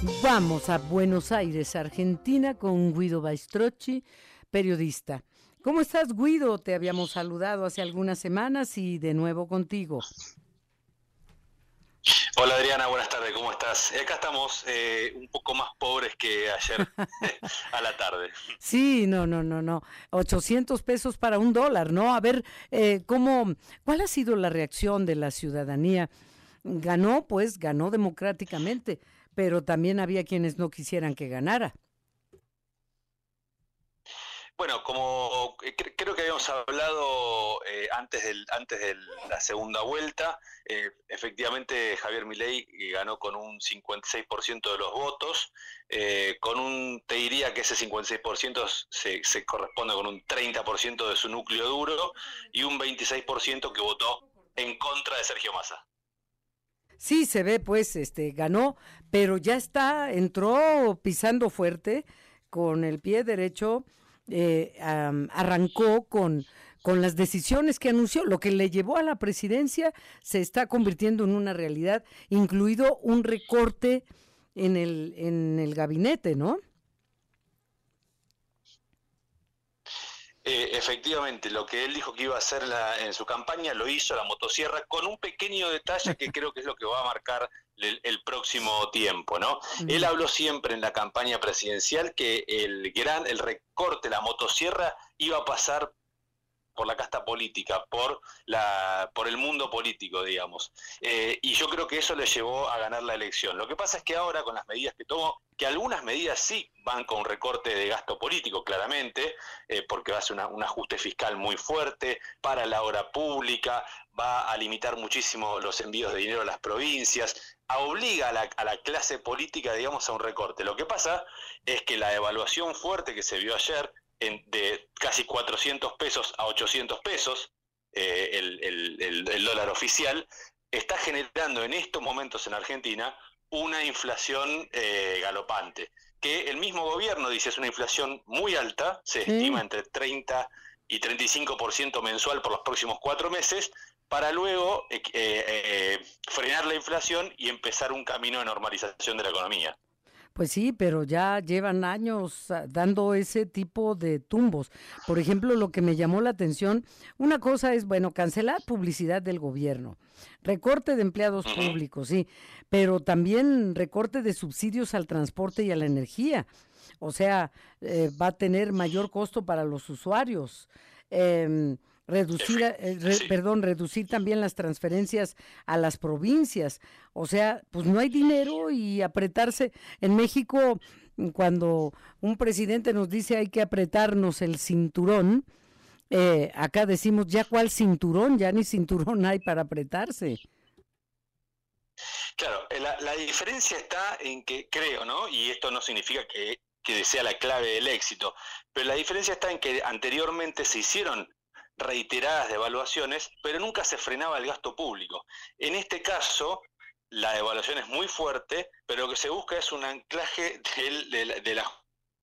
Vamos a Buenos Aires, Argentina, con Guido Baistrocchi, periodista. ¿Cómo estás, Guido? Te habíamos saludado hace algunas semanas y de nuevo contigo. Hola Adriana, buenas tardes, ¿cómo estás? Acá estamos un poco más pobres que ayer a la tarde. Sí, no. 800 pesos para $1, ¿no? A ver, ¿cuál ha sido la reacción de la ciudadanía? Ganó, pues, ganó democráticamente, pero también había quienes no quisieran que ganara. Bueno, como creo que habíamos hablado antes de la segunda vuelta, efectivamente Javier Milei ganó con un 56% de los votos, te diría que ese 56% se corresponde con un 30% de su núcleo duro y un 26% que votó en contra de Sergio Massa. Sí, se ve, pues, ganó, pero ya entró pisando fuerte con el pie derecho, arrancó con las decisiones que anunció, lo que le llevó a la presidencia se está convirtiendo en una realidad, incluido un recorte en el gabinete, ¿no? Efectivamente, lo que él dijo que iba a hacer en su campaña lo hizo, la motosierra, con un pequeño detalle que creo que es lo que va a marcar el próximo tiempo, ¿no? Él Ujú. habló siempre en la campaña presidencial que el recorte, la motosierra, iba a pasar por la casta política, por el mundo político, digamos. Y yo creo que eso le llevó a ganar la elección. Lo que pasa es que ahora, con las medidas que tomó, que algunas medidas sí van con un recorte de gasto político, claramente, porque va a ser un ajuste fiscal muy fuerte para la obra pública, va a limitar muchísimo los envíos de dinero a las provincias, obliga a la clase política, digamos, a un recorte. Lo que pasa es que la evaluación fuerte que se vio ayer, de casi 400 pesos a 800 pesos, el dólar oficial, está generando en estos momentos en Argentina una inflación galopante, que el mismo gobierno dice es una inflación muy alta, se estima Sí. entre 30 y 35% mensual por los próximos 4 meses, para luego frenar la inflación y empezar un camino de normalización de la economía. Pues sí, pero ya llevan años dando ese tipo de tumbos. Por ejemplo, lo que me llamó la atención, una cosa es, bueno, cancelar publicidad del gobierno, recorte de empleados Uh -huh. públicos, sí, pero también recorte de subsidios al transporte y a la energía. O sea, va a tener mayor costo para los usuarios. Em, Sí. reducir también las transferencias a las provincias. O sea, pues no hay dinero y apretarse. En México, cuando un presidente nos dice hay que apretarnos el cinturón, acá decimos ya cuál cinturón, ya ni cinturón hay para apretarse. Claro, la diferencia está en que creo, ¿no? Y esto no significa que sea la clave del éxito, pero la diferencia está en que anteriormente se hicieron reiteradas devaluaciones, pero nunca se frenaba el gasto público. En este caso, la devaluación es muy fuerte, pero lo que se busca es un anclaje de la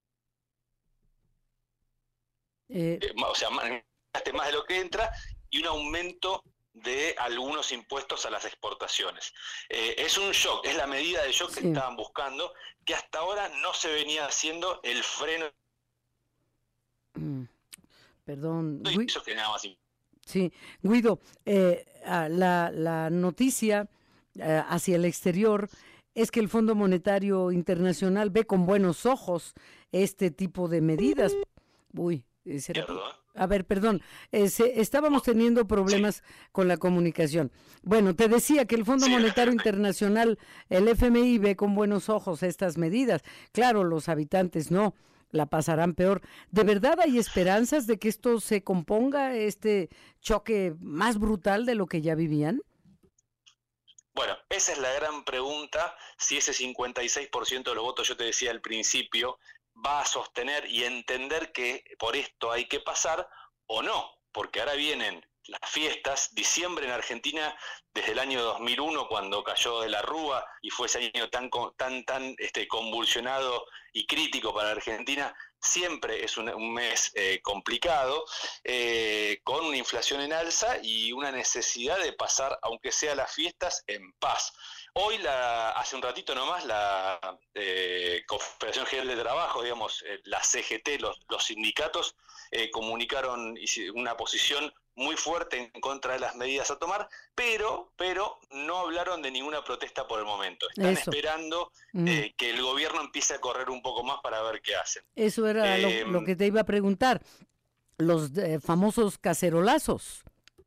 Eh, o sea, gaste más de lo que entra y un aumento de algunos impuestos a las exportaciones. Es un shock, es la medida de shock que sí, estaban buscando, que hasta ahora no se venía haciendo el freno mm, perdón, y eso generaba más impuestos. Sí, Guido, la noticia hacia el exterior es que el Fondo Monetario Internacional ve con buenos ojos este tipo de medidas. Uy, a ver, perdón, estábamos teniendo Sí. problemas con la comunicación. Bueno, te decía que el Fondo Sí, Monetario Internacional, el FMI, ve con buenos ojos estas medidas. Claro, los habitantes no, la pasarán peor. ¿De verdad hay esperanzas de que esto se componga, este choque más brutal de lo que ya vivían? bueno, esa es la gran pregunta, si ese 56% de los votos, yo te decía al principio, va a sostener y entender que por esto hay que pasar o no, porque ahora vienen las fiestas. Diciembre en Argentina, desde el año 2001, cuando cayó de la Rúa y fue ese año tan convulsionado y crítico para Argentina, siempre es un mes complicado, con una inflación en alza y una necesidad de pasar, aunque sea las fiestas, en paz. Hoy, hace un ratito nomás, la Confederación General de Trabajo, digamos, la CGT, los sindicatos, comunicaron una posición muy fuerte en contra de las medidas a tomar, pero no hablaron de ninguna protesta por el momento. Están esperando que el gobierno empiece a correr un poco más para ver qué hacen. Eso era lo que te iba a preguntar, los famosos cacerolazos.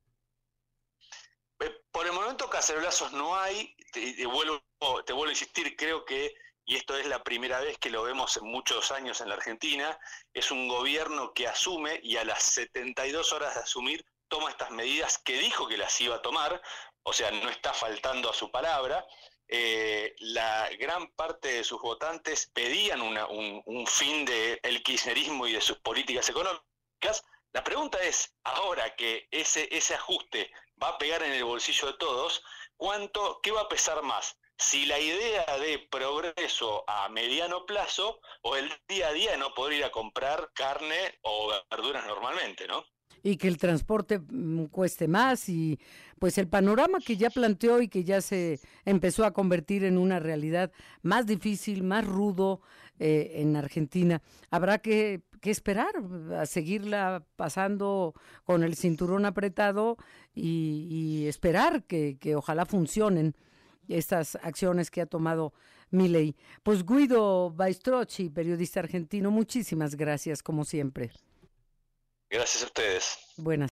Por el momento cacerolazos no hay, te vuelvo a insistir, creo que, y esto es la primera vez que lo vemos en muchos años en la Argentina, es un gobierno que asume y a las 72 horas de asumir toma estas medidas que dijo que las iba a tomar, o sea, no está faltando a su palabra. La gran parte de sus votantes pedían un fin del kirchnerismo y de sus políticas económicas. La pregunta es, ahora que ese ajuste va a pegar en el bolsillo de todos, ¿qué va a pesar más? Si la idea de progreso a mediano plazo o el día a día de no poder ir a comprar carne o verduras normalmente, ¿no? Y que el transporte cueste más, y pues el panorama que ya planteó y que ya se empezó a convertir en una realidad más difícil, más rudo en Argentina. Habrá que esperar a seguirla pasando con el cinturón apretado y esperar que ojalá funcionen estas acciones que ha tomado Milei. Pues Guido Bastrocchi, periodista argentino, muchísimas gracias como siempre. Gracias a ustedes. Buenas